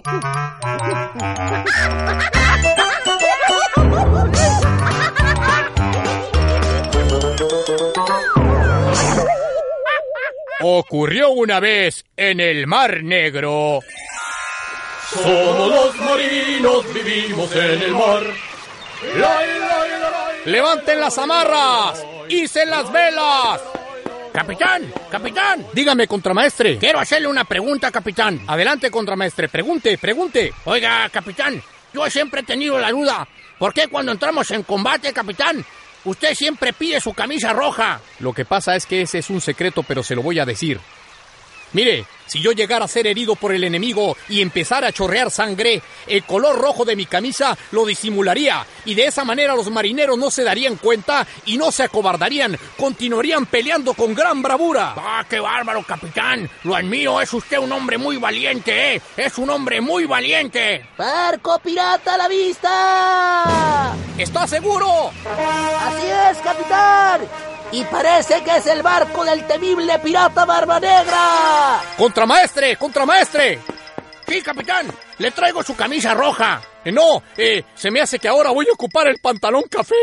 Ocurrió una vez en el Mar Negro. Somos los marinos, vivimos en el mar. ¡Levanten las amarras! ¡Hicen las velas! ¡Capitán! ¡Capitán! Dígame, contramaestre. Quiero hacerle una pregunta, capitán. Adelante, contramaestre. Pregunte. Oiga, capitán, yo siempre he tenido la duda. ¿Por qué cuando entramos en combate, capitán, usted siempre pide su camisa roja? Lo que pasa es que ese es un secreto, pero se lo voy a decir. Mire, si yo llegara a ser herido por el enemigo y empezara a chorrear sangre, el color rojo de mi camisa lo disimularía, y de esa manera los marineros no se darían cuenta y no se acobardarían, continuarían peleando con gran bravura. ¡Ah, qué bárbaro, capitán! Lo admiro, es usted un hombre muy valiente, ¿eh? ¡Es un hombre muy valiente! ¡Barco pirata a la vista! ¿Está seguro? ¡Así es, capitán! Y parece que es el barco del temible pirata Barba Negra. ¡Contramaestre! Sí, capitán, le traigo su camisa roja. No, se me hace que ahora voy a ocupar el pantalón café.